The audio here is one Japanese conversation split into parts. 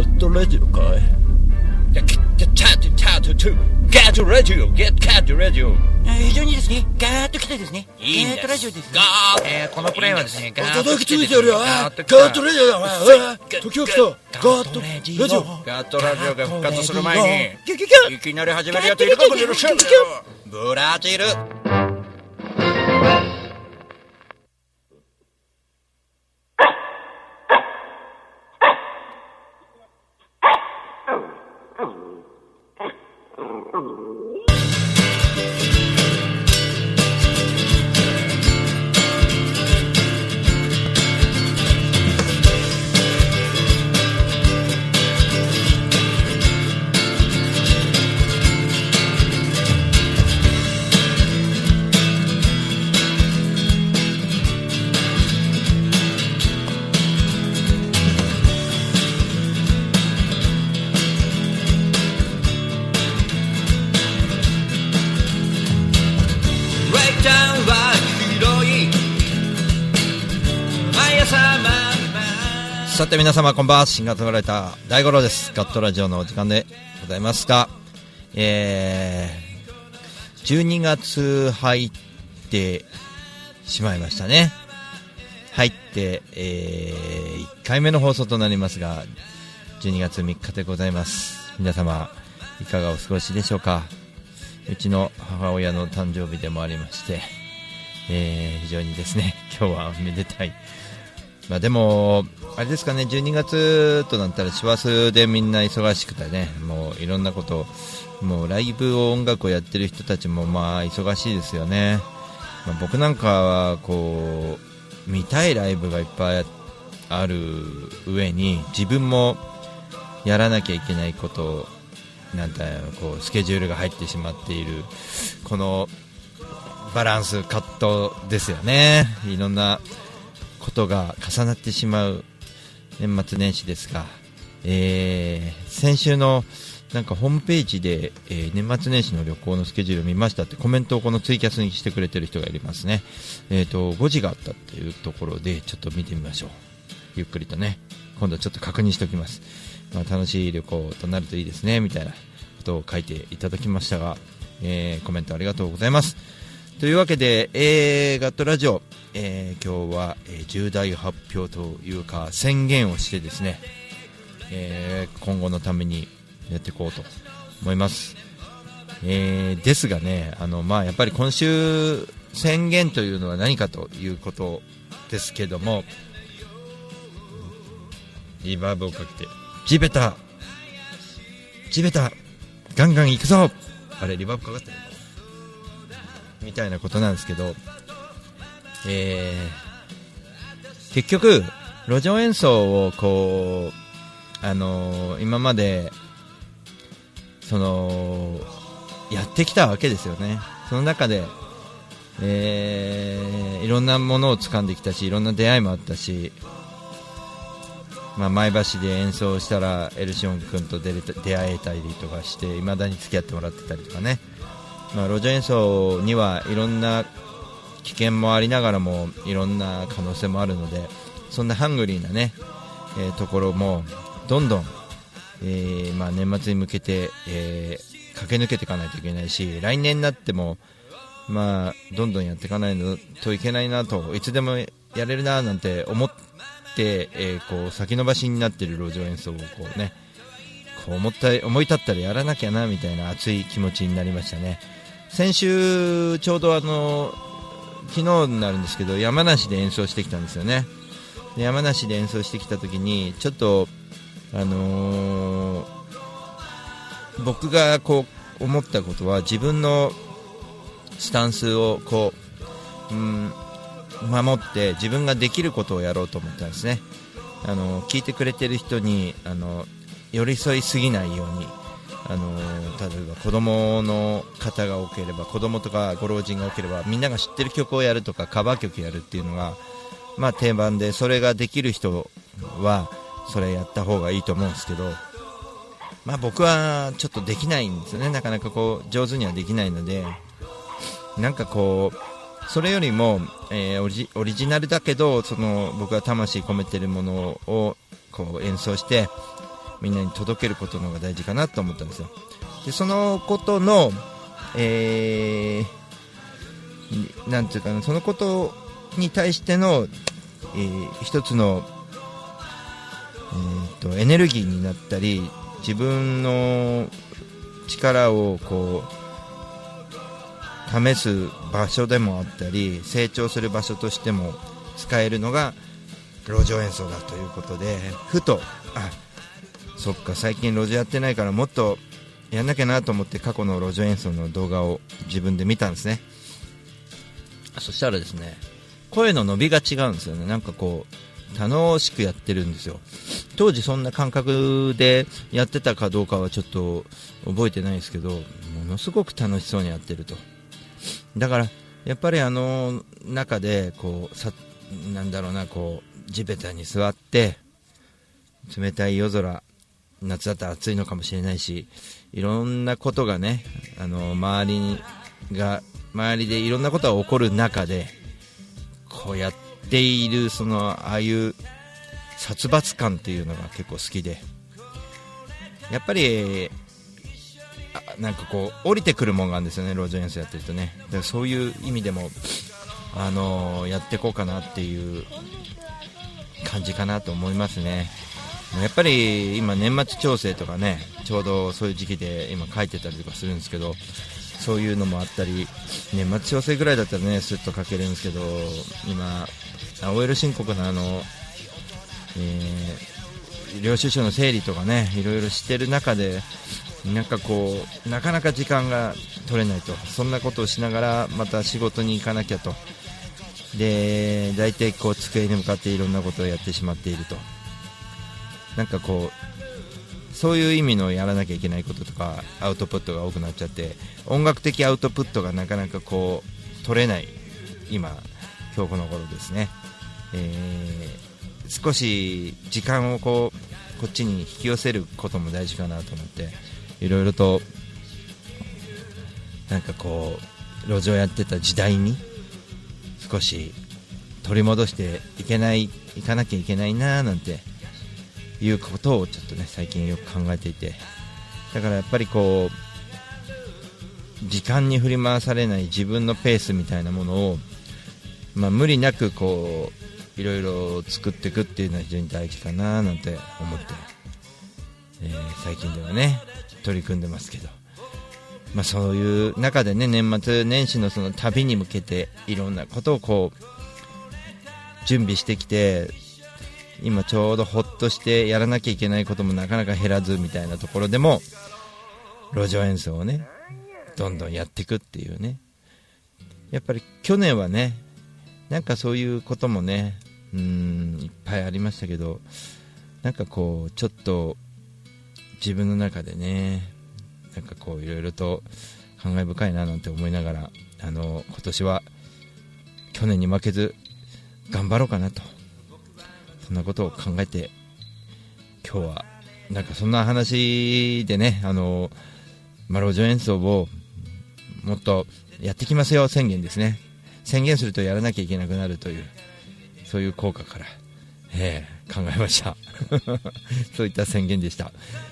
ットラジオかい。ガットラジオ、ゲットカットラジオ。 非常にですね、ガーッと来たですね。 いいんです。 ガーッとラジオですね。 このプレイはですね、ガーッと叩きついてやるよ。ガーットラジオだ。時が来た。ガーットラジオ。 ガットラジオが復活する前にいきなり始めるやついるかもしれません。ブラジル。さて皆様こんばんは。シンガーソングライター大五郎です。ガットラジオのお時間でございますが、12月入ってしまいましたね。入って、1回目の放送となりますが、12月3日でございます。皆様いかがお過ごしでしょうか。うちの母親の誕生日でもありまして、非常にですね今日はめでたい。まあでもあれですかね、12月となったら師走でみんな忙しくてね、もういろんなこと、もうライブを音楽をやってる人たちもまあ忙しいですよね。まあ、僕なんかはこう見たいライブがいっぱいある上に自分もやらなきゃいけないことなんだよ、こうスケジュールが入ってしまっているこのバランスカットですよね。いろんなことが重なってしまう年末年始ですが、先週のなんかホームページで、年末年始の旅行のスケジュールを見ましたってコメントをこのツイキャスにしてくれてる人がいますね。5時があったっていうところでちょっと見てみましょう。ゆっくりとね、今度ちょっと確認しておきます。まあ、楽しい旅行となるといいですねみたいなことを書いていただきましたが、コメントありがとうございます。というわけで、ガットラジオ、今日は、重大発表というか宣言をしてですね、今後のためにやっていこうと思います。ですがね、まあ、やっぱり今週宣言というのは何かということですけども、リバーブをかけて地べたガンガン行くぞ、あれリバーブかかってるみたいなことなんですけど、結局路上演奏をこう今までそのやってきたわけですよね。その中で、いろんなものを掴んできたし、いろんな出会いもあったし、まあ、前橋で演奏したらエルシオン君と出会えたりとかして、未だに付き合ってもらってたりとかね。まあ、路上演奏にはいろんな危険もありながらもいろんな可能性もあるので、そんなハングリーなね、ところもどんどん、まあ、年末に向けて、駆け抜けていかないといけないし、来年になっても、まあ、どんどんやっていかないといけないなと、いつでもやれるななんて思って、こう先延ばしになっている路上演奏をこうね、こう思い立ったらやらなきゃなみたいな熱い気持ちになりましたね。先週ちょうど昨日になるんですけど、山梨で演奏してきたんですよね。で、山梨で演奏してきた時にちょっと僕がこう思ったことは、自分のスタンスをこう、守って自分ができることをやろうと思ったんですね。聞いてくれてる人に寄り添いすぎないように、例えば子供の方が多ければ、子供とかご老人が多ければみんなが知ってる曲をやるとかカバー曲やるっていうのがまあ定番で、それができる人はそれやった方がいいと思うんですけど、まあ僕はちょっとできないんですよね。なかなかこう上手にはできないので、なんかこうそれよりも、オリジナルだけど、その僕が魂込めてるものをこう演奏して、 みんなに届けることの方が大事かなと思ったんですよ。でそのことの、なんていうかな、そのことに対しての、一つの、エネルギーになったり、自分の力をこう試す場所でもあったり、成長する場所としても使えるのが路上演奏だということで、ふとそっか、最近路上やってないからもっとやんなきゃなと思って過去の路上演奏の動画を自分で見たんですね。そしたらですね、声の伸びが違うんですよね。なんかこう楽しくやってるんですよ。当時そんな感覚でやってたかどうかはちょっと覚えてないですけど、ものすごく楽しそうにやってると。だからやっぱり中でこうなんだろうな、こう地べたに座って冷たい夜空、夏だったら暑いのかもしれないし、いろんなことがね、周りでいろんなことが起こる中でこうやっている、ああいう殺伐感っていうのが結構好きで、やっぱりなんかこう降りてくるもんがあるんですよね、路上演奏やってるとね。だからそういう意味でもやっていこうかなっていう感じかなと思いますね。やっぱり今年末調整とかね、ちょうどそういう時期で今書いてたりとかするんですけど、そういうのもあったり、年末調整ぐらいだったらねスッと書けるんですけど、今青色申告の領収書の整理とかね、いろいろしてる中で、なんかこうなかなか時間が取れないと、そんなことをしながらまた仕事に行かなきゃと、で大体こう机に向かっていろんなことをやってしまっていると、なんかこうそういう意味のやらなきゃいけないこととかアウトプットが多くなっちゃって、音楽的アウトプットがなかなかこう取れない今日この頃ですね。少し時間をこっちに引き寄せることも大事かなと思って、いろいろとなんかこう路上やってた時代に少し取り戻していかなきゃいけないななんていうことをちょっとね最近よく考えていて、だからやっぱりこう時間に振り回されない自分のペースみたいなものを、無理なくこういろいろ作っていくっていうのは非常に大事かななんて思って、最近ではね取り組んでますけど、そういう中でね、年末年始のその旅に向けていろんなことをこう準備してきて、今ちょうどほっとしてやらなきゃいけないこともなかなか減らずみたいなところでも、路上演奏をねどんどんやっていくっていうね。やっぱり去年はね、なんかそういうこともねいっぱいありましたけど、なんかこうちょっと自分の中でね、なんかこういろいろと感慨深いななんて思いながら、今年は去年に負けず頑張ろうかなと、そんなことを考えて、今日はなんかそんな話でね、路上演奏をもっとやってきますよ宣言ですね。宣言するとやらなきゃいけなくなるという、そういう効果から、考えましたそういった宣言でした。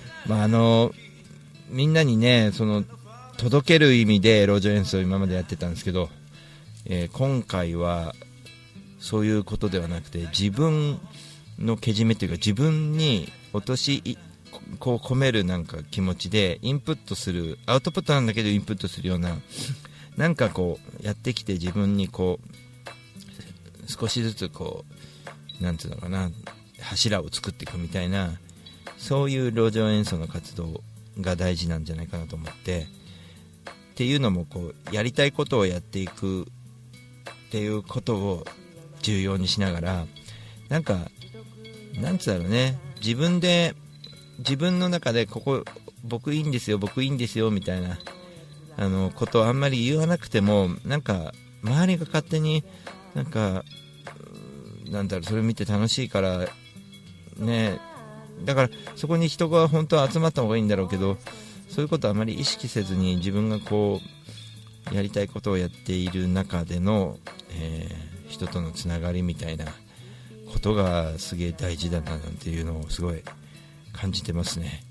みんなにね届ける意味で路上演奏を今までやってたんですけど、今回はそういうことではなくて、自分のけじめというか、自分にこう込めるなんか気持ちでインプットする、アウトプットなんだけどインプットするような、なんかこうやってきて、自分にこう少しずつこうなんていうのかな、柱を作っていくみたいな、そういう路上演奏の活動が大事なんじゃないかなと思って、っていうのもこうやりたいことをやっていくっていうことを重要にしながら、なんかなんつうだろうね、自分の中でここ僕いいんですよ僕いいんですよみたいなことをあんまり言わなくても、なんか周りが勝手になんかなんだろう、それ見て楽しいからね、だからそこに人が本当は集まった方がいいんだろうけど、そういうことはあまり意識せずに自分がこうやりたいことをやっている中での、人とのつながりみたいなことがすげえ大事だななんていうのをすごい感じてますね。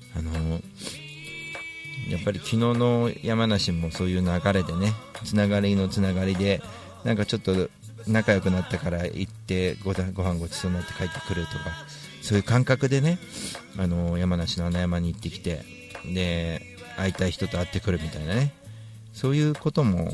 やっぱり昨日の山梨もそういう流れでね、つながりのつながりでなんかちょっと仲良くなったから行ってご飯ごちそうになって帰ってくるとか、そういう感覚でね、山梨の穴山に行ってきて、で会いたい人と会ってくるみたいなね、そういうことも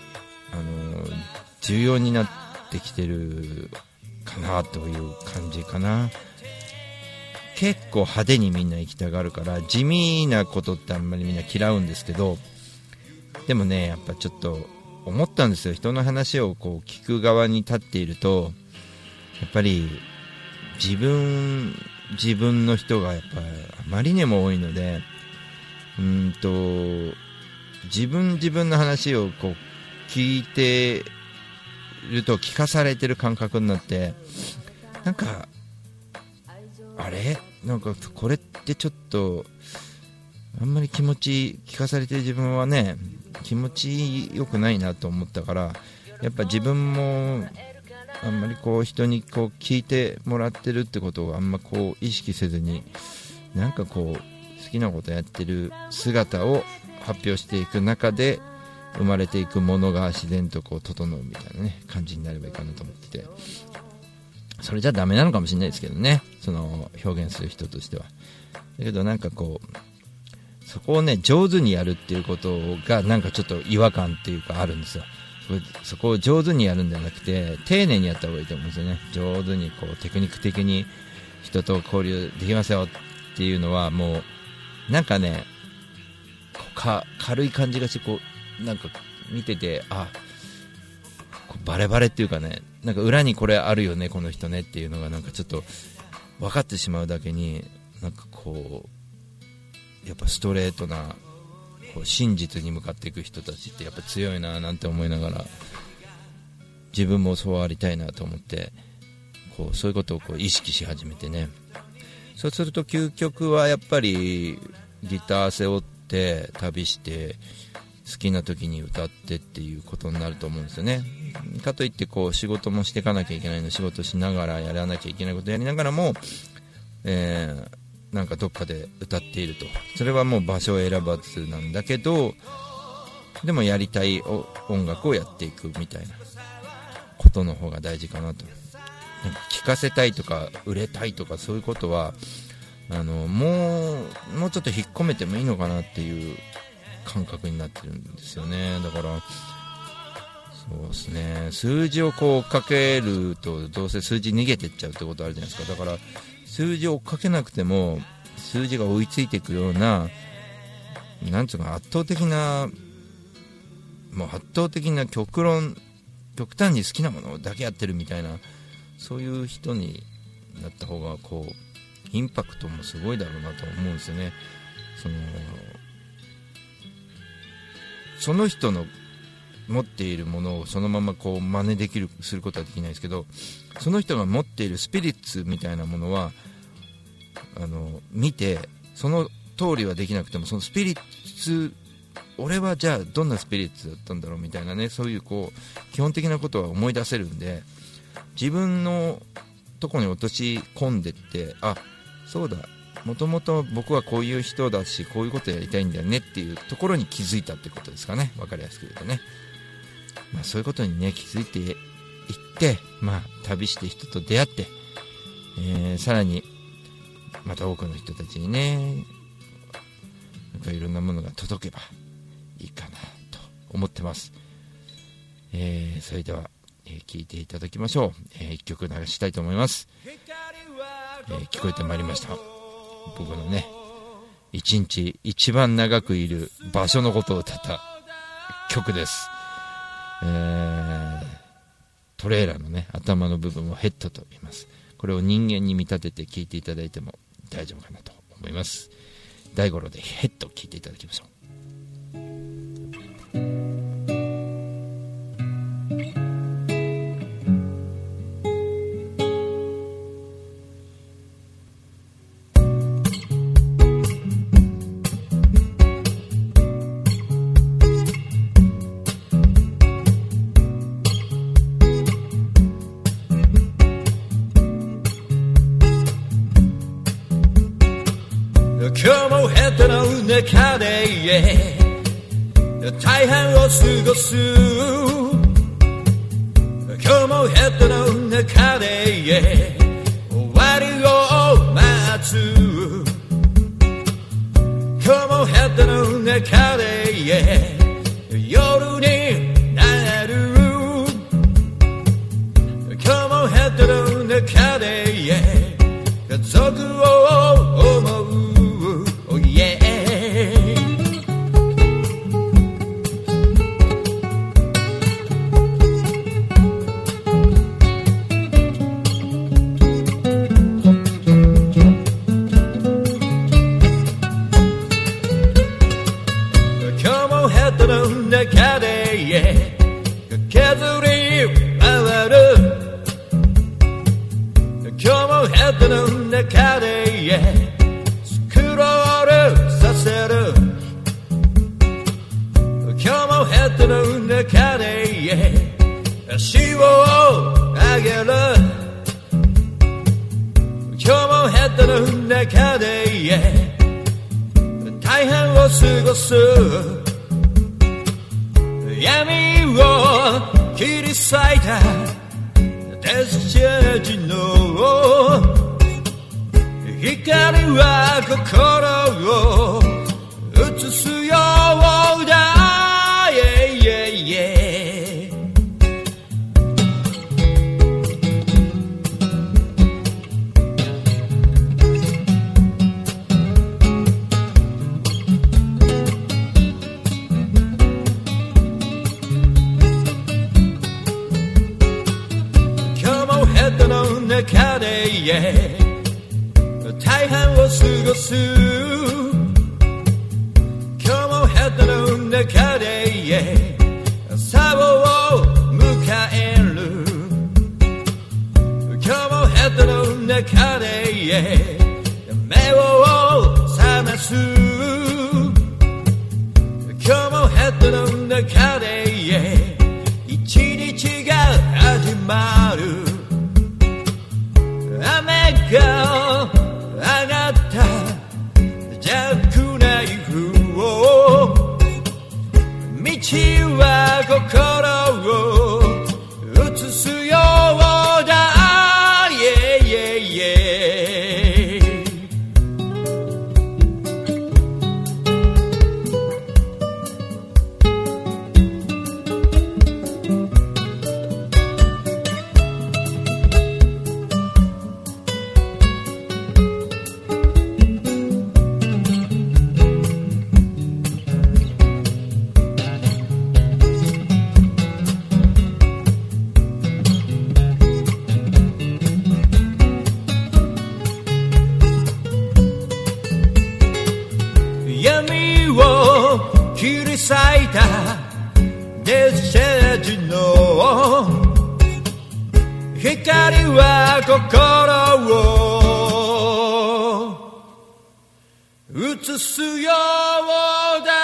重要になってきてるかなという感じかな。結構派手にみんな行きたがるから地味なことってあんまりみんな嫌うんですけど、でもねやっぱちょっと思ったんですよ。人の話をこう聞く側に立っていると、やっぱり自分の人がやっぱあまりにも多いので、自分の話をこう聞いてると聞かされてる感覚になって、なんかあれなんかこれってちょっとあんまり聞かされてる自分はね気持ちよくないなと思ったから、やっぱ自分もあんまりこう人にこう聞いてもらってるってことをあんまこう意識せずに、なんかこう好きなことやってる姿を発表していく中で生まれていくものが自然とこう整うみたいなね感じになればいいかなと思ってて、それじゃダメなのかもしれないですけどね、その表現する人としては。だけどなんかこうそこをね上手にやるっていうことがなんかちょっと違和感っていうかあるんですよ。そこを上手にやるんじゃなくて丁寧にやった方がいいと思うんですよね。上手にこうテクニック的に人と交流できますよっていうのはもうなんかね軽い感じがして、こうなんか見ててバレバレっていうかね、なんか裏にこれあるよねこの人ねっていうのがなんかちょっと分かってしまうだけに、なんかこうやっぱストレートなこう真実に向かっていく人たちってやっぱ強いななんて思いながら、自分もそうありたいなと思ってこうそういうことをこう意識し始めてね、そうすると究極はやっぱりギター背負って旅して好きな時に歌ってっていうことになると思うんですよね。かといってこう仕事もしていかなきゃいけないの、仕事しながらやらなきゃいけないことやりながらも、なんかどっかで歌っていると、それはもう場所を選ばずなんだけど、でもやりたい音楽をやっていくみたいなことの方が大事かなと。なんか聴かせたいとか売れたいとかそういうことはもうちょっと引っ込めてもいいのかなっていう感覚になってるんですよね。だからそうですね、数字をこう追っかけるとどうせ数字逃げてっちゃうってことあるじゃないですか。だから数字を追っかけなくても数字が追いついていくような、なんつうか圧倒的な極端に好きなものだけやってるみたいな、そういう人になった方がこうインパクトもすごいだろうなと思うんですよね。その人の持っているものをそのままこう真似することはできないですけど、その人が持っているスピリッツみたいなものは見てその通りはできなくても、そのスピリッツ、俺はじゃあどんなスピリッツだったんだろうみたいなね、そういうこう基本的なことは思い出せるんで、自分のとこに落とし込んでって、そうだ、もともと僕はこういう人だしこういうことやりたいんだよねっていうところに気づいたってことですかね。分かりやすく言うとね、そういうことにね気づいていって、旅して人と出会って、さらにまた多くの人たちにねなんかいろんなものが届けばいいかなと思ってます。それでは、聴いていただきましょう。一曲流したいと思います。聞こえてまいりました。僕のね一日一番長くいる場所のことを歌った曲です。トレーラーのね頭の部分をヘッドと言います。これを人間に見立てて聴いていただいても大丈夫かなと思います。大五郎でヘッド聴いていただきましょう。 今日もヘッドの中で大半を過ごす今日もヘッドの中で終わりを待つ今日もヘッドの中で夜になる今日もヘッドの中で家族を思う中で削り回る今日もヘッドの中でスクロールさせる今日もヘッドの中で足を上げる今日もヘッドの中で大半を過ごす闇を切り裂いたデスチャージの光は心を映すようだ、中で大半を過ごす今日もヘッドの中で朝を迎える今日もヘッドの中で目を覚ます今日もヘッドの中で一日が始まる雨が上がったジャックナイフを道は心を映すようだ、闇を切り裂いたデスチャージの光は心を映すようだ。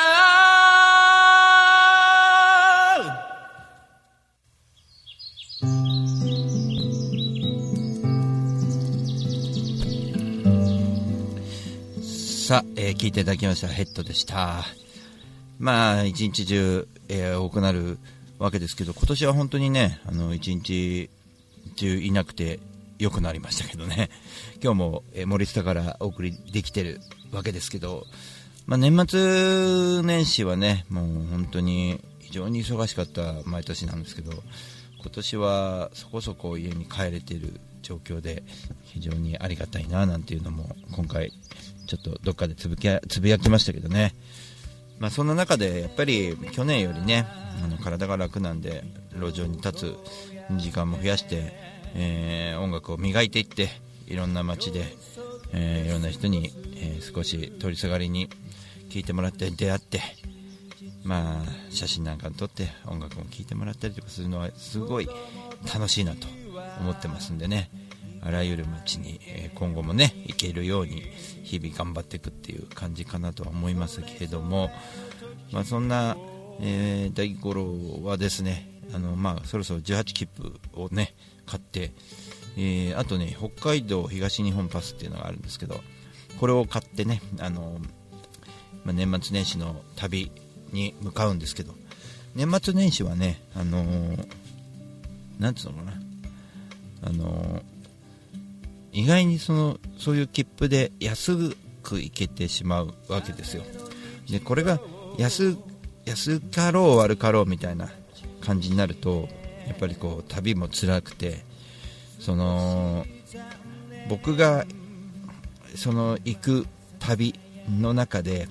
さあ、聞いていただきましたヘッドでした。まあ一日中、多くなるわけですけど、今年は本当にね、一日中いなくて良くなりましたけどね。今日も、森下からお送りできてるわけですけど、まあ、年末年始はね、もう本当に非常に忙しかった毎年なんですけど、今年はそこそこ家に帰れている状況で非常にありがたいななんていうのも今回ちょっとどっかでつぶやきましたけどね。まあ、そんな中でやっぱり去年よりね、体が楽なんで路上に立つ時間も増やして、音楽を磨いていって、いろんな街で、いろんな人に、少し通りすがりに聴いてもらって出会って、まあ、写真なんか撮って音楽も聴いてもらったりとかするのはすごい楽しいなと思ってますんでね、あらゆる街に、今後もね行けるように日々頑張っていくっていう感じかなとは思いますけれども、まあ、そんな、大五郎はですね、まあ、そろそろ18切符をね買って、あとね北海道東日本パスっていうのがあるんですけど、 これを買ってね、年末年始の旅に向かうんですけど、年末年始はね、なんつうのかな、意外にそういう切符で安く行けてしまうわけですよ。でこれが安かろう悪かろうみたいな感じになると、やっぱりこう旅も辛くて、僕が行く旅の中で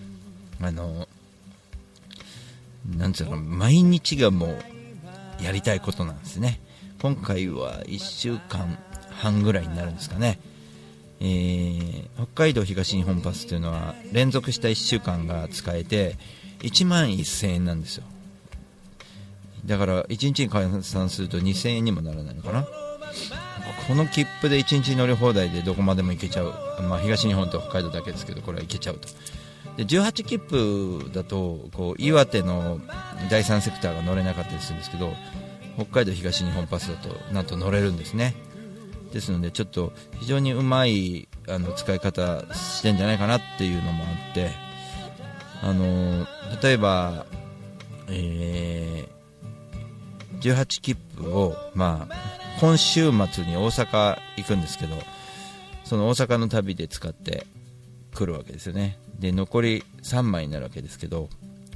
なんつうの、毎日がもうやりたいことなんですね。今回は1週間半ぐらいになるんですかね。北海道東日本パスというのは連続した1週間が使えて1万1000円なんですよ。だから1日に換算すると2000円にもならないのかな。この切符で1日乗り放題でどこまでも行けちゃう、東日本と北海道だけですけど、これは行けちゃうと。で18切符だとこう岩手の第三セクターが乗れなかったりするんですけど、北海道東日本パスだとなんと乗れるんですね。ですのでちょっと非常にうまい使い方してんじゃないかなっていうのもあって、例えば、18切符を、今週末に大阪行くんですけど、その大阪の旅で使ってくるわけですよね。で残り3枚になるわけですけど、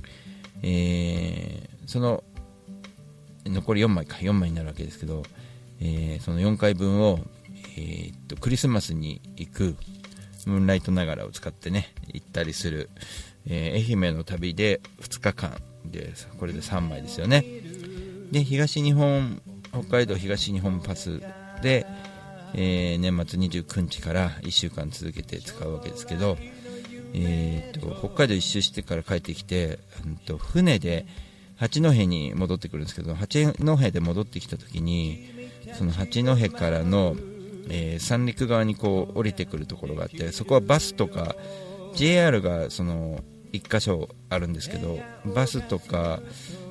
その残り4枚になるわけですけど、その4回分を、クリスマスに行くムーンライトながらを使ってね行ったりする、愛媛の旅で2日間でこれで3枚ですよね。で北海道東日本パスで、年末29日から1週間続けて使うわけですけど、北海道一周してから帰ってきて、船で八戸に戻ってくるんですけど、八戸で戻ってきた時にその八戸からの、三陸側にこう降りてくるところがあって、そこはバスとか JR がその1箇所あるんですけど、バスとか、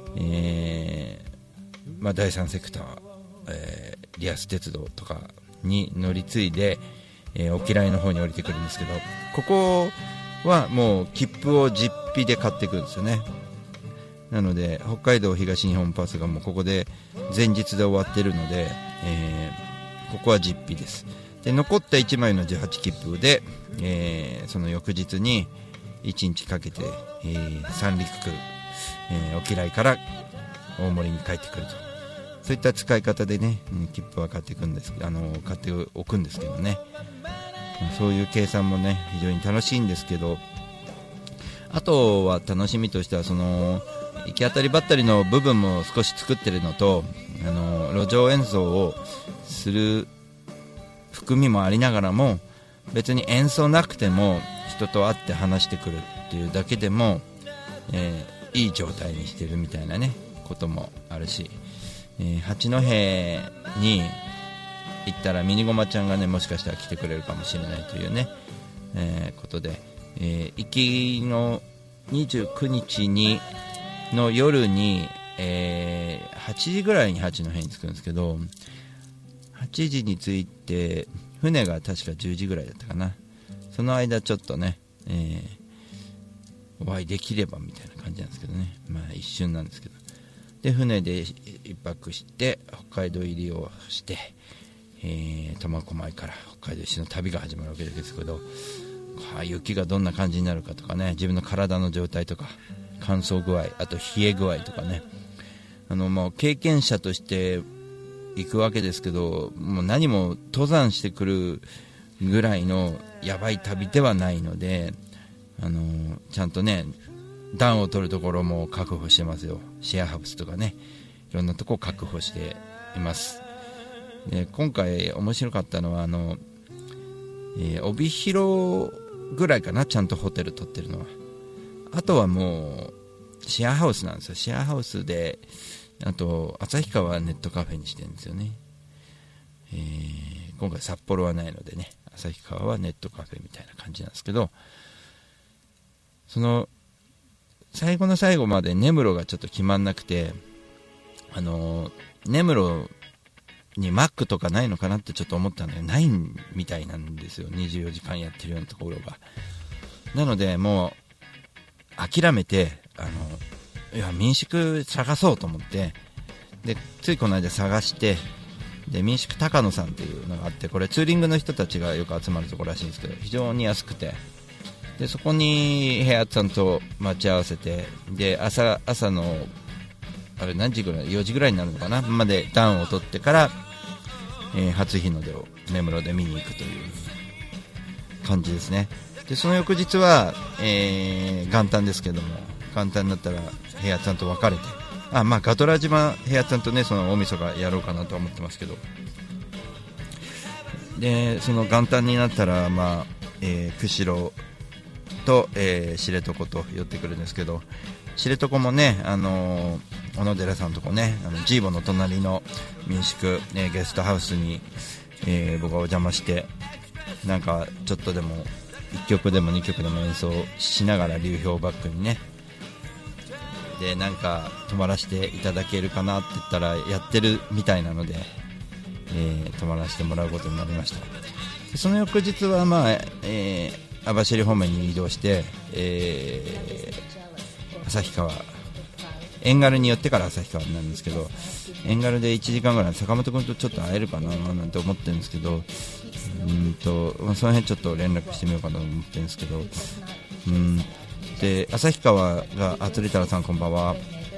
第三セクター、リアス鉄道とかに乗り継いで、沖合の方に降りてくるんですけど、ここはもう切符を実費で買っていくんですよね。なので北海道東日本パスがもうここで前日で終わってるので、ここは実費です。で残った1枚の18切符で、その翌日に1日かけて、三陸、沖合から大森に帰ってくると、そういった使い方でね、切符は買っておくんですけどね、そういう計算もね非常に楽しいんですけど、あとは楽しみとしてはその行き当たりばったりの部分も少し作ってるのと、路上演奏をする含みもありながらも、別に演奏なくても人と会って話してくるっていうだけでも、いい状態にしてるみたいなねこともあるし、八戸に行ったらミニゴマちゃんがねもしかしたら来てくれるかもしれないというね、ことで、行きの29日の夜に、8時ぐらいに八戸に着くんですけど、8時に着いて船が確か10時ぐらいだったかな。その間ちょっとね、お会いできればみたいな感じなんですけどね、一瞬なんですけど、で船で一泊して北海道入りをして、苫小牧から北海道一周の旅が始まるわけですけど、雪がどんな感じになるかとかね、自分の体の状態とか乾燥具合、あと冷え具合とかね、もう経験者として行くわけですけど、もう何も登山してくるぐらいのやばい旅ではないので、ちゃんとね暖を取るところも確保してますよ。シェアハウスとかね、いろんなところ確保しています。で今回面白かったのは帯広ぐらいかな、ちゃんとホテル取ってるのは。あとはもうシェアハウスなんですよ。シェアハウスで、あと旭川はネットカフェにしてるんですよね。今回札幌はないのでね、旭川はネットカフェみたいな感じなんですけど、その最後の最後まで根室がちょっと決まんなくて、根室にマックとかないのかなってちょっと思ったんだけど、ないみたいなんですよ、24時間やってるようなところが。なのでもう諦めて、いや民宿探そうと思って、でついこの間探して、で民宿高野さんっていうのがあって、これツーリングの人たちがよく集まるところらしいんですけど、非常に安くて、でそこに部屋さんと待ち合わせて、で朝のあれ何時ぐらい、4時ぐらいになるのかなまで暖を取ってから、初日の出を根室で見に行くという感じですね。でその翌日は、元旦ですけども、元旦になったら部屋さんと別れて、ガトラ島部屋さんとね、その大晦日やろうかなとは思ってますけど、でその元旦になったら、釧路と、知床と寄ってくるんですけど、知床もね、小野寺さんとこね、ジーボの隣の民宿、ゲストハウスに、僕がお邪魔して、なんかちょっとでも1曲でも2曲でも演奏しながら流氷バックにね、でなんか泊まらせていただけるかなって言ったらやってるみたいなので、泊まらせてもらうことになりました。でその翌日は、網走方面に移動して、旭川遠軽に寄ってから旭川になるんですけど、遠軽で1時間ぐらい坂本君とちょっと会えるかななんて思ってるんですけど、その辺ちょっと連絡してみようかなと思ってるんですけど、で旭川が鳥太郎さんこんばんは、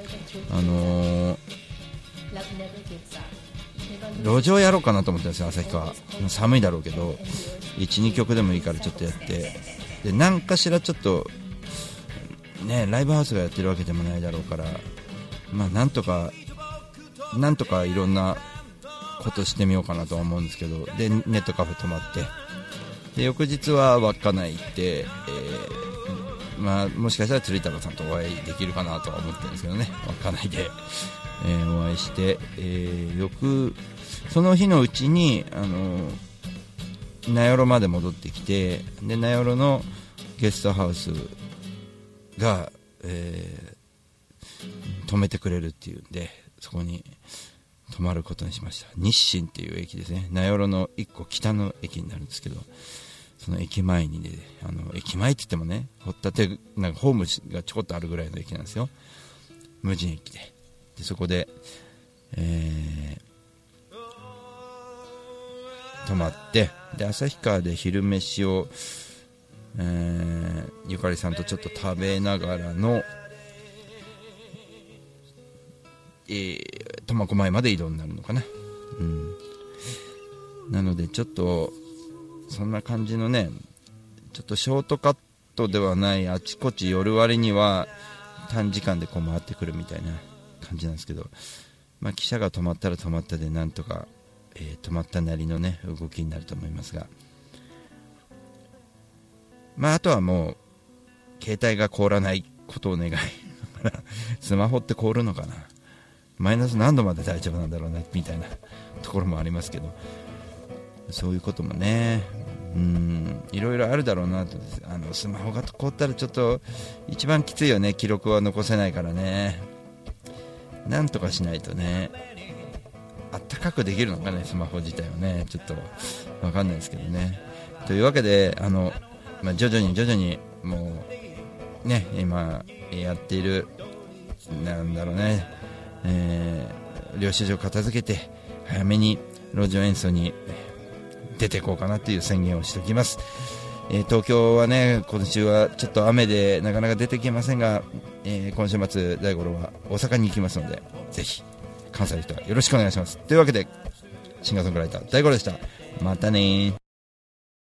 路上やろうかなと思ってるんですよ。旭川寒いだろうけど 1,2 曲でもいいからちょっとやって、で何かしらちょっとね、ライブハウスがやってるわけでもないだろうから、なんとかいろんなことしてみようかなとは思うんですけど、でネットカフェ泊まって、で翌日は稚内行って、もしかしたら鶴太郎さんとお会いできるかなとは思ってるんですけどね、稚内で、お会いして、その日のうちに名寄まで戻ってきて、で名寄のゲストハウスが、泊めてくれるっていうんで、そこに泊まることにしました。日清っていう駅ですね、名寄の1個北の駅になるんですけど、その駅前にね、駅前って言ってもね、掘ったてなんかホームがちょこっとあるぐらいの駅なんですよ、無人駅で。でそこで、泊まって、で旭川で昼飯をゆかりさんとちょっと食べながらの、苫小牧まで移動になるのかな、なのでちょっとそんな感じのね、ちょっとショートカットではない、あちこち夜割には短時間でこう回ってくるみたいな感じなんですけど、汽車が止まったら止まったでなんとか、止まったなりのね動きになると思いますが、あとはもう携帯が凍らないことを願いスマホって凍るのかな、マイナス何度まで大丈夫なんだろうねみたいなところもありますけど、そういうこともね、いろいろあるだろうなと。スマホが凍ったらちょっと一番きついよね、記録は残せないからね、なんとかしないとね。あったかくできるのかね、スマホ自体はね、ちょっと分かんないですけどね。というわけで徐々にもうね、今やっているなんだろうね、領収書片付けて早めに路上演奏に出ていこうかなという宣言をしておきます。東京はね、今週はちょっと雨でなかなか出てきませんが、今週末大五郎は大阪に行きますので、ぜひ関西の人はよろしくお願いします。というわけでシンガーソングライター大五郎でした。またね。